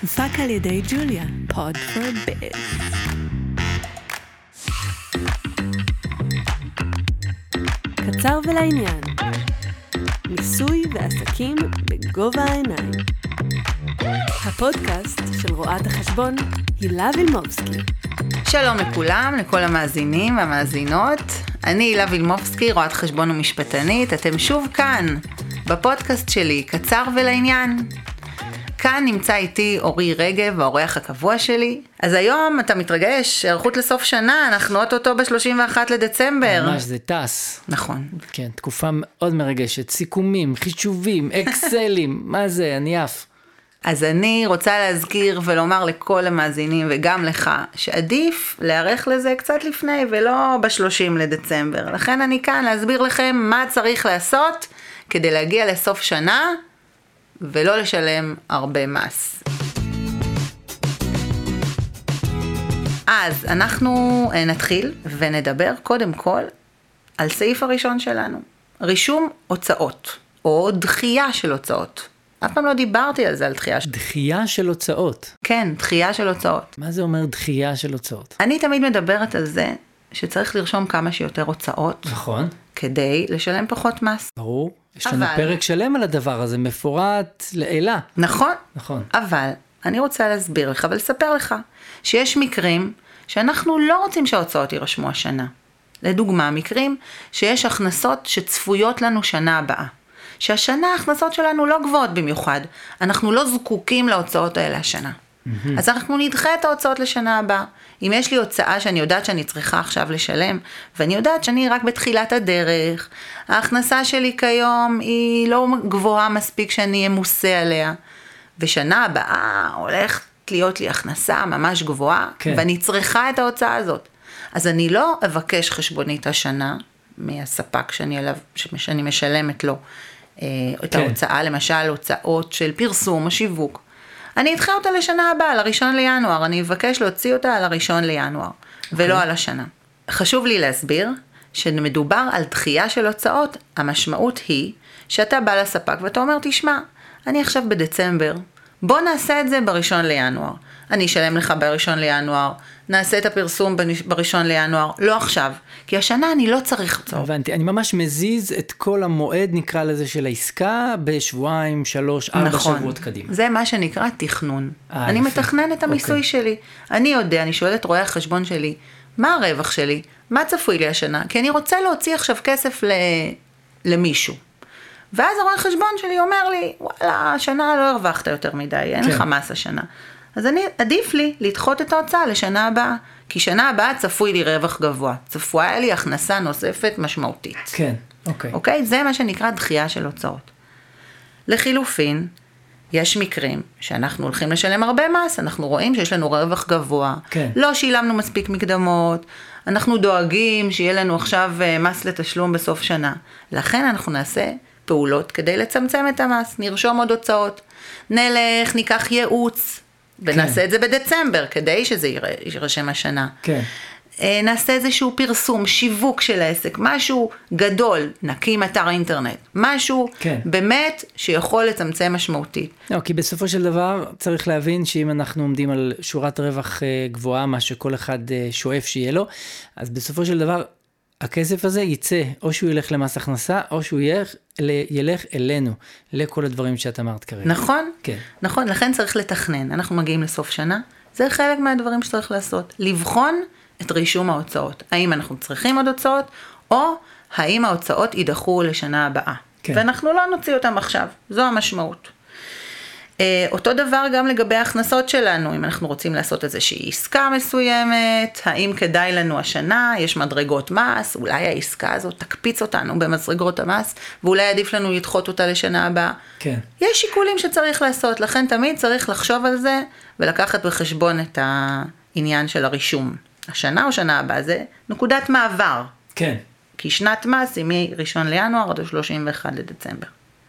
מופק על ידי ג'וליה, Pod for Biz. קצר ולעניין. מיסוי ועסקים בגובה העיניים. הפודקאסט של רואת החשבון הילה וילמובסקי. שלום לכולם, לכל המאזינים והמאזינות. אני הילה וילמובסקי, רואת חשבון ומשפטנית. אתם שוב כאן, בפודקאסט שלי, קצר ולעניין. כאן נמצא איתי אורי רגב, האורח הקבוע שלי. אז היום אתה מתרגש, ערכות לסוף שנה, אנחנו אותו ב-31 לדצמבר. ממש, זה טס. נכון. כן, תקופה מאוד מרגשת, סיכומים, חישובים, אקסלים, מה זה, אני עף. אז אני רוצה להזכיר ולומר לכל המאזינים וגם לך, שעדיף להיערך לזה קצת לפני ולא ב-30 לדצמבר. לכן אני כאן להסביר לכם מה צריך לעשות כדי להגיע לסוף שנה ולא לשלם הרבה מס. אז אנחנו נתחיל ונדבר קודם כל על סעיף הראשון שלנו. רישום הוצאות או דחייה של הוצאות. אף פעם לא דיברתי על זה, על דחייה. דחייה של הוצאות. כן, דחייה של הוצאות. מה זה אומר דחייה של הוצאות? אני תמיד מדברת על זה שצריך לרשום כמה שיותר הוצאות. נכון. כדי לשלם פחות מס. ברור. יש לנו פרק שלם על הדבר הזה, מפורט לעילה. נכון. נכון. אבל אני רוצה להסביר לך ולספר לך שיש מקרים שאנחנו לא רוצים שההוצאות יירשמו השנה. לדוגמה, מקרים שיש הכנסות שצפויות לנו שנה הבאה. שהשנה ההכנסות שלנו לא גבוהות במיוחד. אנחנו לא זקוקים להוצאות האלה השנה. אז אנחנו נדחה את ההוצאות לשנה הבאה. אם יש לי הוצאה שאני יודעת שאני צריכה עכשיו לשלם, ואני יודעת שאני רק בתחילת הדרך, ההכנסה שלי כיום היא לא גבוהה מספיק שאני אמוסה עליה, ושנה הבאה הולכת להיות לי הכנסה ממש גבוהה, כן. ואני צריכה את ההוצאה הזאת. אז אני לא אבקש חשבונית השנה, מהספק שאני משלמת לו, את ההוצאה, למשל הוצאות של פרסום או שיווק. אני אדחה אותה לשנה הבאה, ל1 לינואר, אני אבקש להוציא אותה על 1 לינואר, ולא על השנה. חשוב לי להסביר שמדובר על דחייה של הוצאות, המשמעות היא שאתה בא לספק ואתה אומר, תשמע, אני עכשיו בדצמבר, בוא נעשה את זה ב1 לינואר. אני אשלם לך ב1 לינואר, נעשה את הפרסום ב1 לינואר, לא עכשיו, כי השנה אני לא צריך הוצאות. הבנתי, אני ממש מזיז את כל המועד, נקרא לזה, של העסקה, בשבועיים, 3, 4 שבועות קדימה. זה מה שנקרא תכנון. אני מתכנן את המיסוי שלי. אני יודע, אני שואלת את רואי החשבון שלי, מה הרווח שלי? מה צפוי לי השנה? כי אני רוצה להוציא עכשיו כסף למישהו. ואז הרואי החשבון שלי אומר לי, וואלה, השנה לא הרווחת יותר מדי, אין לך מס השנה. אז עדיף לי לדחות את ההוצאה לשנה הבאה, כי שנה הבאה צפוי לי רווח גבוה, צפויה לי הכנסה נוספת משמעותית. כן, אוקיי. אוקיי? זה מה שנקרא דחייה של הוצאות. לחילופין, יש מקרים שאנחנו הולכים לשלם הרבה מס, אנחנו רואים שיש לנו רווח גבוה, כן. לא שילמנו מספיק מקדמות, אנחנו דואגים שיהיה לנו עכשיו מס לתשלום בסוף שנה. לכן אנחנו נעשה פעולות כדי לצמצם את המס, נרשום עוד הוצאות, נלך, ניקח ייעוץ, ונעשה את זה בדצמבר, כדי שזה יירשם השנה. כן. נעשה איזשהו פרסום, שיווק של העסק, משהו גדול, נקים אתר אינטרנט, משהו באמת שיכול לצמצם משמעותית. לא, כי בסופו של דבר צריך להבין שאם אנחנו עומדים על שורת רווח גבוהה, מה שכל אחד שואף שיהיה לו, אז בסופו של דבר הכסף הזה יצא, או שהוא ילך למס הכנסה, או שהוא ילך אלינו, לכל הדברים שאת אמרת כרגע. נכון? כן. נכון, לכן צריך לתכנן. אנחנו מגיעים לסוף שנה, זה חלק מהדברים שצריך לעשות. לבחון את רישום ההוצאות. האם אנחנו צריכים עוד הוצאות, או האם ההוצאות יידחו לשנה הבאה. כן. ואנחנו לא נוציא אותם עכשיו. זו המשמעות. אותו דבר גם לגבי ההכנסות שלנו, אם אנחנו רוצים לעשות איזושהי עסקה מסוימת, האם כדאי לנו השנה, יש מדרגות מס, אולי העסקה הזאת תקפיץ אותנו במדרגות המס, ואולי עדיף לנו לדחות אותה לשנה הבאה. כן. יש שיקולים שצריך לעשות, לכן תמיד צריך לחשוב על זה, ולקחת בחשבון את העניין של הרישום. השנה או שנה הבאה, זה נקודת מעבר. כן. כי שנת מס היא מ1 לינואר עד 31 לדצמבר.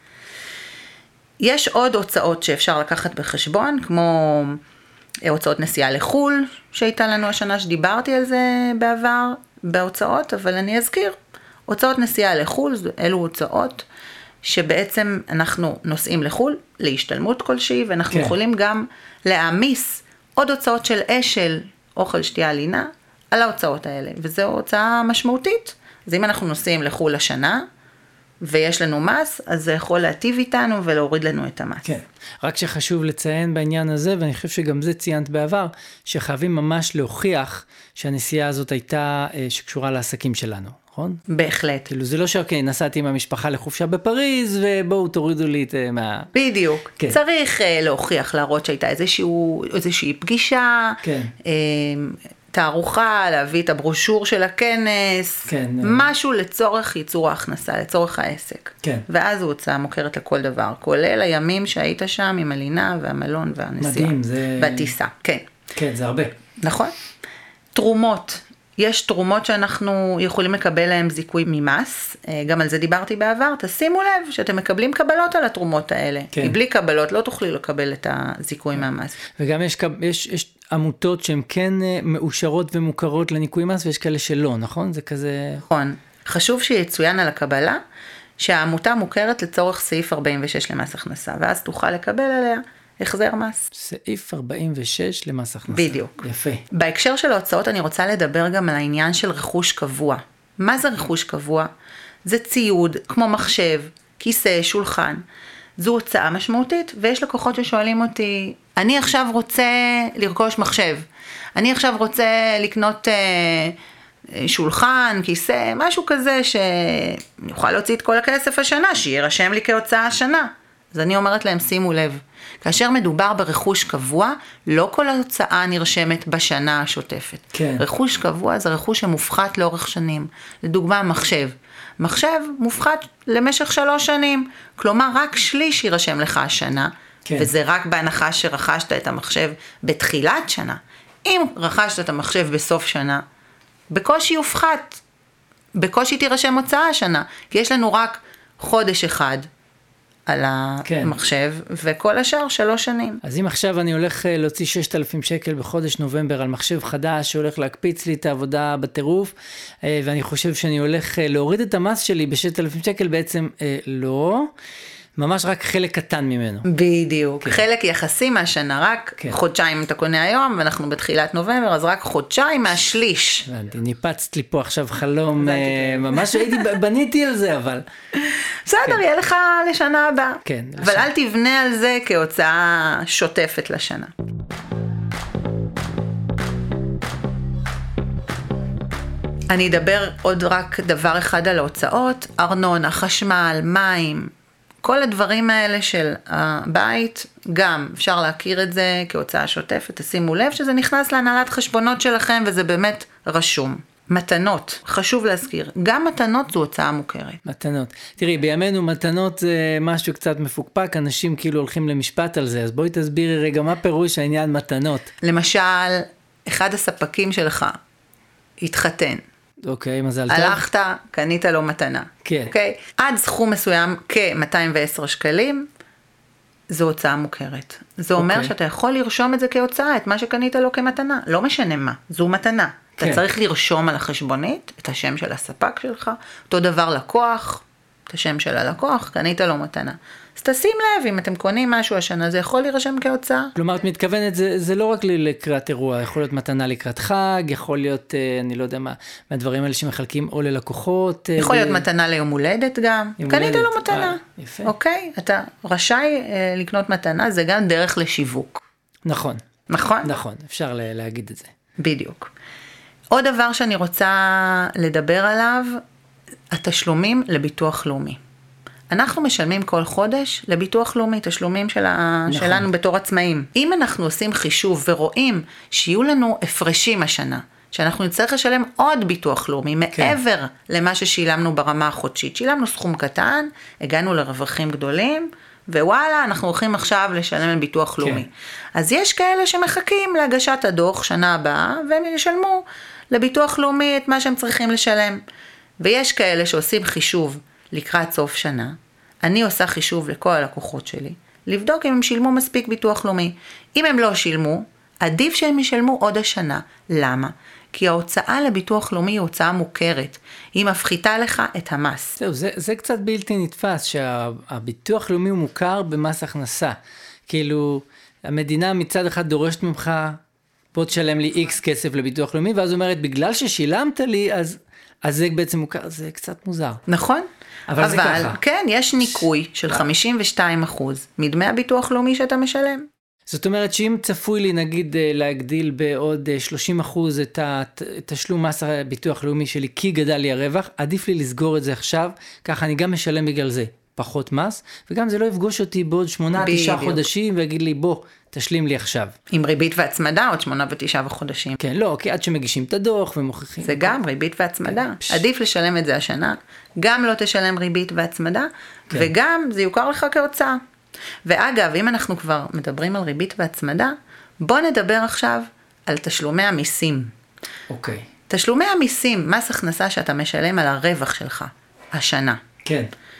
יש עוד הוצאות שאפשר לקחת בחשבון, כמו הוצאות נסיעה לחול, שהייתה לנו השנה שדיברתי על זה בעבר, בהוצאות, אבל אני אזכיר. הוצאות נסיעה לחול, אלו הוצאות שבעצם אנחנו נוסעים לחול, להשתלמות כלשהי, ואנחנו יכולים גם להעמיס עוד הוצאות של אשל, אוכל, שתייה, לינה, על ההוצאות האלה, וזו הוצאה משמעותית. אז אם אנחנו נוסעים לחול השנה, ויש לנו מס, אז זה יכול להטיב איתנו ולהוריד לנו את המס. כן, רק שחשוב לציין בעניין הזה, ואני חושב שגם זה ציינת בעבר, שחייבים ממש להוכיח שהנסיעה הזאת הייתה שקשורה לעסקים שלנו, נכון? בהחלט. כאילו זה לא שאוקיי, נסעתי עם המשפחה לחופשה בפריז, ובואו תורידו לי את מה... בדיוק. כן. צריך להוכיח, להראות שהייתה איזושהי פגישה, כן. תערוכה, להביא את הברושור של הכנס, כן. משהו לצורך ייצור ההכנסה, לצורך העסק. כן. ואז הוא הוצאה מוכרת לכל דבר, כולל הימים שהיית שם עם הלינה והמלון והנסיעה. מדהים, זה... והטיסה, כן. כן, זה הרבה. נכון. תרומות. יש תרומות שאנחנו יכולים לקבל להם זיכוי ממס, גם על זה דיברתי בעבר, תשימו לב שאתם מקבלים קבלות על התרומות האלה, כן. כי בלי קבלות לא תוכלי לקבל את הזיכוי מהמס. וגם יש עמותות שהן כן מאושרות ומוכרות לניקוי מס, ויש כאלה שלא, נכון? זה כזה... נכון. חשוב שיצוין על הקבלה, שהעמותה מוכרת לצורך סעיף 46 למס הכנסה, ואז תוכל לקבל עליה החזר מס. סעיף 46 למס הכנסה. בדיוק. יפה. בהקשר של ההוצאות אני רוצה לדבר גם על העניין של רכוש קבוע. מה זה רכוש קבוע? זה ציוד, כמו מחשב, כיסא, שולחן. זו הוצאה משמעותית, ויש לקוחות ששואלים אותי, אני עכשיו רוצה לרכוש מחשב, אני עכשיו רוצה לקנות שולחן, כיסא, משהו כזה שאני אוכל להוציא את כל הכסף השנה, שירשם לי כהוצאה השנה. אז אני אומרת להם, שימו לב, כאשר מדובר ברכוש קבוע, לא כל ההוצאה נרשמת בשנה השוטפת. כן. רכוש קבוע זה רכוש שמופחת לאורך שנים. לדוגמה, מחשב. מחשב מופחת למשך 3 שנים. כלומר, רק שליש יירשם לך השנה, כן. וזה רק בהנחה שרכשת את המחשב בתחילת שנה. אם רכשת את המחשב בסוף שנה, בקושי יופחת, בקושי תירשם הוצאה השנה, כי יש לנו רק חודש אחד, על המחשב, וכל השאר 3 שנים. אז אם עכשיו אני הולך להוציא 6,000 שקל בחודש נובמבר על מחשב חדש, שהולך להקפיץ לי את העבודה בטירוף, ואני חושב שאני הולך להוריד את המס שלי ב6,000 שקל, בעצם לא, ממש רק חלק קטן ממנו. בדיוק, כן. חלק יחסי מהשנה, רק כן. חודשיים אתה קונה היום, ואנחנו בתחילת נובמבר, אז רק חודשיים מהשליש. ניפצת לי פה עכשיו חלום, ממש בניתי על זה, אבל... בסדר, יהיה לך לשנה הבאה. כן. אבל אל תבנה על זה כהוצאה שוטפת לשנה. אני אדבר עוד רק דבר אחד על ההוצאות, ארנונה, חשמל, מים, כל הדברים האלה של הבית, גם אפשר להכיר את זה כהוצאה שוטפת, תשימו לב שזה נכנס להנהלת חשבונות שלכם וזה באמת רשום. מתנות, חשוב להזכיר, גם מתנות זו הוצאה מוכרת. מתנות. תראי, בימינו מתנות זה משהו קצת מפוקפק, אנשים כאילו הולכים למשפט על זה, אז בואי תסבירי רגע מה פירוש העניין מתנות. למשל, אחד הספקים שלך התחתן. אוקיי, מזל טוב. הלכת, קנית לו מתנה. כן. אוקיי? עד סכום מסוים כ-210 שקלים, זו הוצאה מוכרת. זה אומר שאתה יכול לרשום את זה כהוצאה, את מה שקנית לו כמתנה. לא משנה מה, זו מתנה. אתה צריך לרשום על החשבונית את השם של הספק שלך, אותו דבר לקוח, את השם של הלקוח, קנית לו מתנה. אז תשים לב, אם אתם קונים משהו השנה, זה יכול להירשם כהוצאה. כלומר, את מתכוונת, זה לא רק לקראת אירוע, יכול להיות מתנה לקראת חג, יכול להיות, אני לא יודע מה, מהדברים האלה שמחלקים או ללקוחות. יכול להיות מתנה ליום הולדת גם. קנית לו מתנה. יפה. אוקיי? אתה רשאי לקנות מתנה, זה גם דרך לשיווק. נכון. נכון? נכון, אפשר להגיד את זה. בדיוק. עוד דבר שאני רוצה לדבר עליו, התשלומים לביטוח לאומי. אנחנו משלמים כל חודש לביטוח לאומי, תשלומים שלנו בתור עצמאים. אם אנחנו עושים חישוב ורואים שיהיו לנו הפרשים השנה, שאנחנו נצטרך לשלם עוד ביטוח לאומי, מעבר למה ששילמנו ברמה החודשית. שילמנו סכום קטן, הגענו לרווחים גדולים, ווואלה, אנחנו הולכים עכשיו לשלם על ביטוח לאומי. אז יש כאלה שמחכים להגשת הדוח שנה הבאה, והם ישלמו לביטוח לאומי את מה שהם צריכים לשלם. ויש כאלה שעושים חישוב לקראת סוף שנה. אני עושה חישוב לכל הלקוחות שלי, לבדוק אם הם שילמו מספיק ביטוח לאומי. אם הם לא שילמו, עדיף שהם ישלמו עוד השנה. למה? כי ההוצאה לביטוח לאומי היא הוצאה מוכרת. היא מפחיתה לך את המס. זהו, זה קצת בלתי נתפס, שהביטוח לאומי הוא מוכר במס הכנסה. כאילו, המדינה מצד אחד דורשת ממך, בוא תשלם לי X כסף לביטוח לאומי, ואז אומרת, בגלל ששילמת לי, אז זה בעצם מוכר, זה קצת מוזר. נכון? אבל זה ככה. כן, יש ניקוי של 52% מדמי הביטוח לאומי שאתה משלם. זאת אומרת שאם צפוי לי נגיד להגדיל בעוד 30% את תשלום מס הביטוח לאומי שלי כי גדל לי הרווח, עדיף לי לסגור את זה עכשיו, ככה אני גם משלם בגלל זה פחות מס, וגם זה לא יפגוש אותי בעוד 8-9 חודשים ויגיד לי בוא תשלים לי עכשיו. עם ריבית והצמדה עוד 8 ו9 חודשים. כן, לא, כי עד שמגישים את הדוח ומוכיחים. זה גם ריבית והצמדה. עדיף לשלם את זה השנה, גם לא תשלם ריבית והצמדה, וגם זה יוכר לך כהוצאה. ואגב, אם אנחנו כבר מדברים על ריבית והצמדה, בוא נדבר עכשיו על תשלומי המיסים. אוקיי. תשלומי המיסים, מס הכנסה שאתה משלם על הרווח שלך, השנה. כן.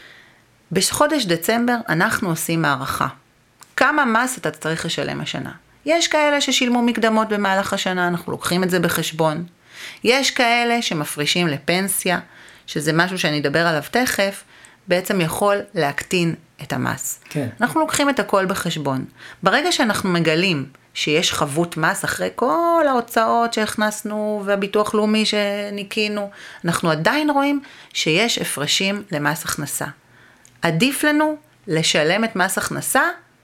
בחודש דצמבר אנחנו עושים הערכה. כמה מס אתה צריך לשלם השנה? יש כאלה ששילמו מקדמות במהלך השנה, אנחנו לוקחים את זה בחשבון. יש כאלה שמפרישים לפנסיה, שזה משהו שאני אדבר עליו תכף, בעצם יכול להקטין את המס. כן. אנחנו לוקחים את הכל בחשבון. ברגע שאנחנו מגלים שיש חבות מס אחרי כל ההוצאות שהכנסנו והביטוח לאומי שניקינו, אנחנו עדיין רואים שיש הפרשים למס הכנסה. עדיף לנו לשלם את מס הכנסה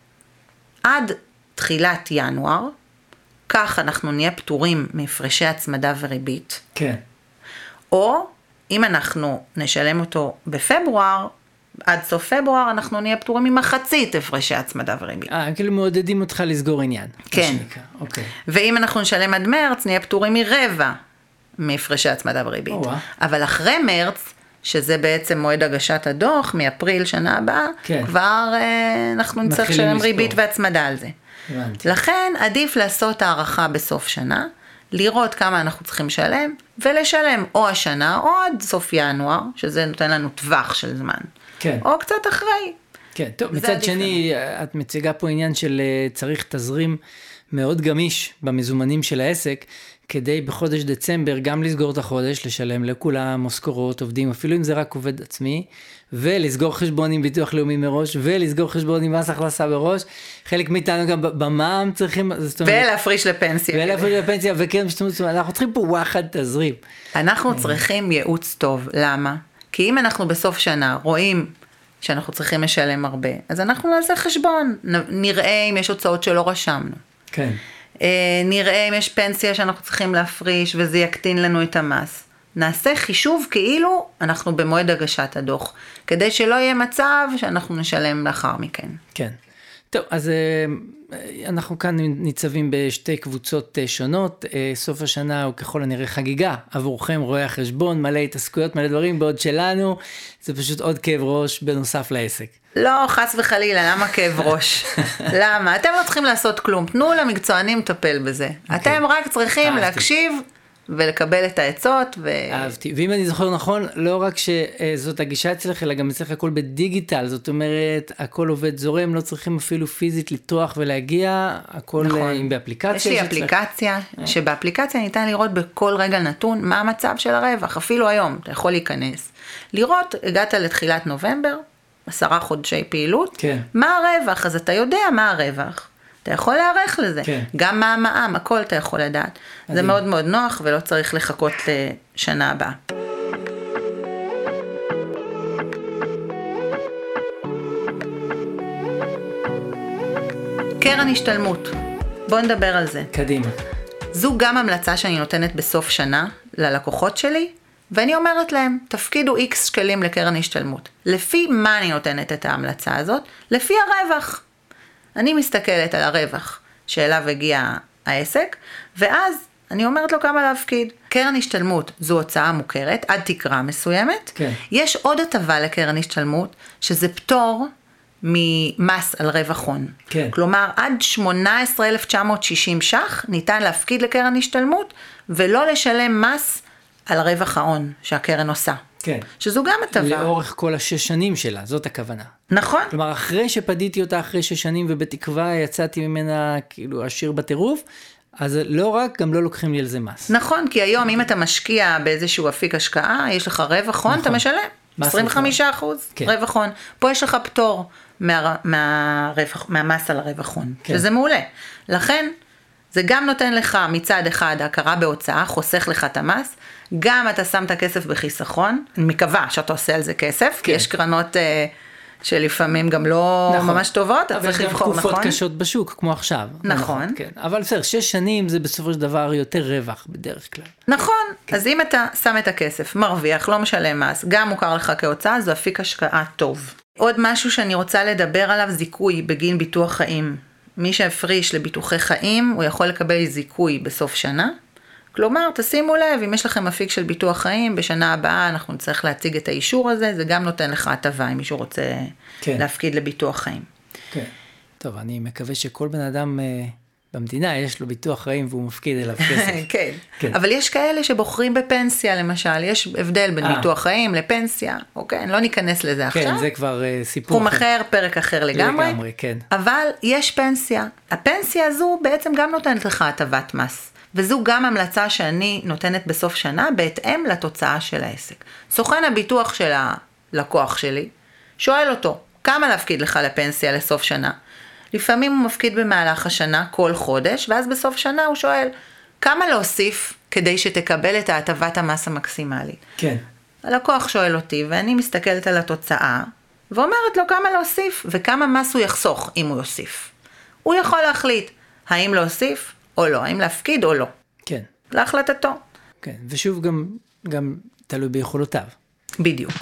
עד תחילת ינואר, כך אנחנו נהיה פטורים מהפרשי הצמדה וריבית. כן. או אם אנחנו נשלם אותו בפברואר, עד סוף פברואר אנחנו נהיה פטורים ממחצית הפרשי הצמדה וריבית. כאילו מעודדים אותך לסגור עניין. כן. אוקיי. ואם אנחנו נשלם עד מרץ, נהיה פטורים מרבע מהפרשי הצמדה וריבית. אבל אחרי מרץ, שזה בעצם מועד הגשת הדוח, מאפריל שנה הבאה, כן. כבר אנחנו נצטרך לשלם ריבית והצמדה על זה. הבנתי. לכן עדיף לעשות הערכה בסוף שנה, לראות כמה אנחנו צריכים לשלם, ולשלם או השנה או עד סוף ינואר, שזה נותן לנו טווח של זמן. כן. או קצת אחרי. כן, טוב, מצד שני, את מציגה פה עניין של צריך תזרים מאוד גמיש במזומנים של העסק, כדי בחודש דצמבר גם לסגור את החודש, לשלם לכולם משכורות, עובדים, אפילו אם זה רק עובד עצמי, ולסגור חשבון עם ביטוח לאומי מראש, ולסגור חשבון עם מס הכנסה מראש, חלק מאיתנו גם במע"מ צריכים, ולהפריש לפנסיה. ולהפריש לפנסיה, וכן, אנחנו צריכים פה וואחד תזרים. אנחנו צריכים ייעוץ טוב, למה? כי אם אנחנו בסוף שנה רואים שאנחנו צריכים לשלם הרבה, אז אנחנו נעשה חשבון, נראה אם יש הוצאות שלא רשמנו. כן. נראה אם יש פנסיה שאנחנו צריכים להפריש, וזה יקטין לנו את המס. נעשה חישוב כאילו אנחנו במועד הגשת הדוח, כדי שלא יהיה מצב שאנחנו נשלם לאחר מכן. כן. טוב, אז אנחנו כאן ניצבים בשתי קבוצות שונות, סוף השנה הוא ככל הנראה חגיגה עבורכם, רואי החשבון, מלא התעסקויות, מלא דברים, בעוד שלנו זה פשוט עוד כאב ראש בנוסף לעסק. לא, חס וחלילה, למה כאב ראש? למה? אתם לא צריכים לעשות כלום, תנו למקצוענים לטפל בזה. אתם רק צריכים להקשיב ולקבל את העצות. אהבתי, ואם אני זוכר נכון, לא רק שזאת הגישה אצלך, אלא גם אצלך הכל בדיגיטל, זאת אומרת, הכל עובד זורם, לא צריכים אפילו פיזית לטרוח ולהגיע, הכל עם באפליקציה. יש לי אפליקציה, שבאפליקציה ניתן לראות בכל רגע נתון מה המצב של הרווח, אפילו היום, אתה יכול להיכנס. לראות, הגעת לתחילת נובמבר, 10 חודשי פעילות, כן. מה הרווח, אז אתה יודע מה הרווח. אתה יכול להערך לזה. כן. גם מה המע"מ, הכל אתה יכול לדעת. זה מאוד מאוד נוח ולא צריך לחכות לשנה הבאה. קרן השתלמות. בואו נדבר על זה. קדימה. זו גם המלצה שאני נותנת בסוף שנה ללקוחות שלי, ואני אומרת להם, תפקידו X שקלים לקרן השתלמות. לפי מה אני נותנת את ההמלצה הזאת? לפי הרווח. אני מסתכלת על הרווח שאליו הגיע העסק, ואז אני אומרת לו כמה להפקיד. קרן השתלמות זו הוצאה מוכרת, עד תקרה מסוימת. כן. יש עוד הטבה לקרן השתלמות, שזה פטור ממס על רווח הון. כן. כלומר, עד 18,960 ש"ח ניתן להפקיד לקרן השתלמות, ולא לשלם מס על רווח ההון שהקרן עושה. כן. שזו גם הטבה. לאורך כל 6 שנים שלה, זאת הכוונה. נכון. כלומר, אחרי שפדיתי אותה אחרי 6 שנים, ובתקווה יצאתי ממנה כאילו עשיר בטירוף, אז לא רק, גם לא לוקחים לי על זה מס. נכון, כי היום אם אתה משקיע באיזשהו אפיק השקעה, יש לך רווח הון, אתה משלם 25% רווח הון. פה יש לך פטור מהמס על הרווח הון, שזה מעולה. לכן, זה גם נותן לך מצד אחד הכרה בהוצאה, חוסך לך את המס, גם אתה שם את הכסף בחיסכון, אני מקווה שאתה עושה על זה כסף, כי יש קרנות שלפעמים גם לא ממש טובות, אתה צריך לבחור, נכון? אבל גם תקופות קשות בשוק, כמו עכשיו. נכון. אבל בסדר, 6 שנים זה בסופו של דבר יותר רווח בדרך כלל. נכון, אז אם אתה שם את הכסף, מרוויח, לא משלם מס, גם מוכר לך כהוצאה, זו אפיק השקעה טוב. עוד משהו שאני רוצה לדבר עליו, זיכוי בגין ביטוח חיים. מי שהפריש לביטוחי חיים, הוא יכול לקבל זיכוי בסוף שנה. כלומר, תשימו לב, אם יש לכם אפיק של ביטוח חיים, בשנה הבאה אנחנו נצטרך להציג את האישור הזה, זה גם נותן לך הטבה, אם מישהו רוצה להפקיד לביטוח חיים. כן. טוב, אני מקווה שכל בן אדם במדינה יש לו ביטוח חיים והוא מפקיד אליו כסף. כן. אבל יש כאלה שבוחרים בפנסיה, למשל, יש הבדל בין ביטוח חיים לפנסיה, אוקיי? לא ניכנס לזה עכשיו. כן, זה כבר סיפור תחום אחר, פרק אחר לגמרי. כן. אבל יש פנסיה. הפנסיה הזו בעצם גם נותנת לך הטבת מס. וזו גם המלצה שאני נותנת בסוף שנה, בהתאם לתוצאה של העסק. סוכן הביטוח של הלקוח שלי, שואל אותו, כמה להפקיד לך לפנסיה לסוף שנה? לפעמים הוא מפקיד במהלך השנה, כל חודש, ואז בסוף שנה הוא שואל, כמה להוסיף כדי שתקבל את ההטבת המס המקסימלית? כן. הלקוח שואל אותי, ואני מסתכלת על התוצאה, ואומרת לו כמה להוסיף, וכמה מס הוא יחסוך אם הוא יוסיף. הוא יכול להחליט, האם להוסיף או לא, האם להפקיד או לא. כן. להחלטתו. כן, ושוב גם תלוי ביכולותיו. בדיוק.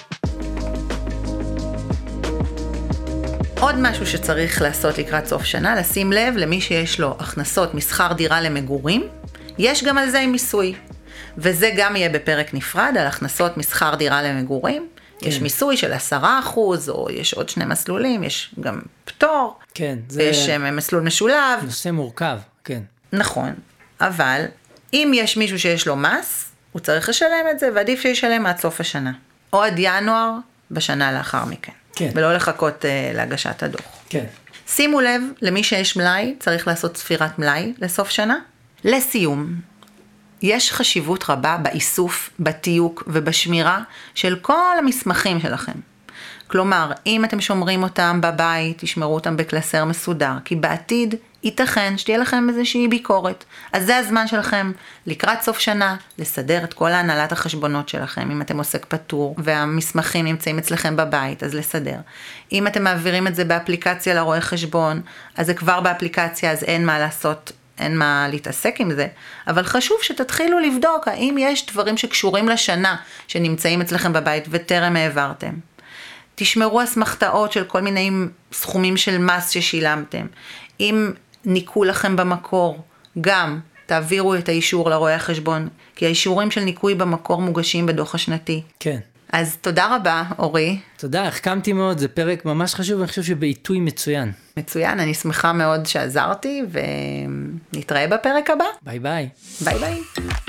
עוד משהו שצריך לעשות לקראת סוף שנה, לשים לב למי שיש לו הכנסות משכר דירה למגורים, יש גם על זה מיסוי. וזה גם יהיה בפרק נפרד על הכנסות משכר דירה למגורים. כן. יש מיסוי של 10%, או יש עוד 2 מסלולים, יש גם פטור. כן. יש מסלול משולב. נושא מורכב, כן. נכון, אבל אם יש מישהו שיש לו מס, הוא צריך לשלם את זה, ועדיף שישלם עד סוף השנה. או עד ינואר בשנה לאחר מכן. כן. ולא לחכות להגשת הדוח. כן. שימו לב, למי שיש מלאי, צריך לעשות ספירת מלאי לסוף שנה. לסיום, יש חשיבות רבה באיסוף, בתיוק ובשמירה של כל המסמכים שלכם. כלומר, אם אתם שומרים אותם בבית, תשמרו אותם בקלסר מסודר, כי בעתיד ייתכן שתהיה לכם איזושהי ביקורת. אז זה הזמן שלכם לקראת סוף שנה, לסדר את כל ההנהלת החשבונות שלכם, אם אתם עוסק פטור והמסמכים נמצאים אצלכם בבית, אז לסדר. אם אתם מעבירים את זה באפליקציה לרואה חשבון, אז זה כבר באפליקציה, אז אין מה לעשות, אין מה להתעסק עם זה, אבל חשוב שתתחילו לבדוק האם יש דברים שקשורים לשנה שנמצאים אצלכם בבית וטרם העברתם. תשמרו אסמכתאות של כל מיני סכומים של מס ששילמתם. אם ניקו לכם במקור, גם תעבירו את האישור לרואי החשבון, כי האישורים של ניקוי במקור מוגשים בדוח השנתי. כן. אז תודה רבה, אורי. תודה, החכמתי מאוד, זה פרק ממש חשוב, אני חושב שבעיתוי מצוין. מצוין, אני שמחה מאוד שעזרתי, ונתראה בפרק הבא. ביי ביי. ביי ביי.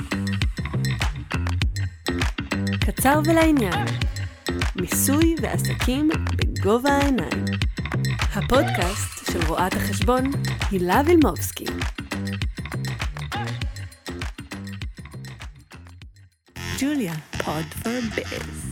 קצר ולעניין. מיסוי ועסקים בגובה העיניים. הפודקאסט של רואת החשבון הילה וילמובסקי. ג'וליה, pod for biz.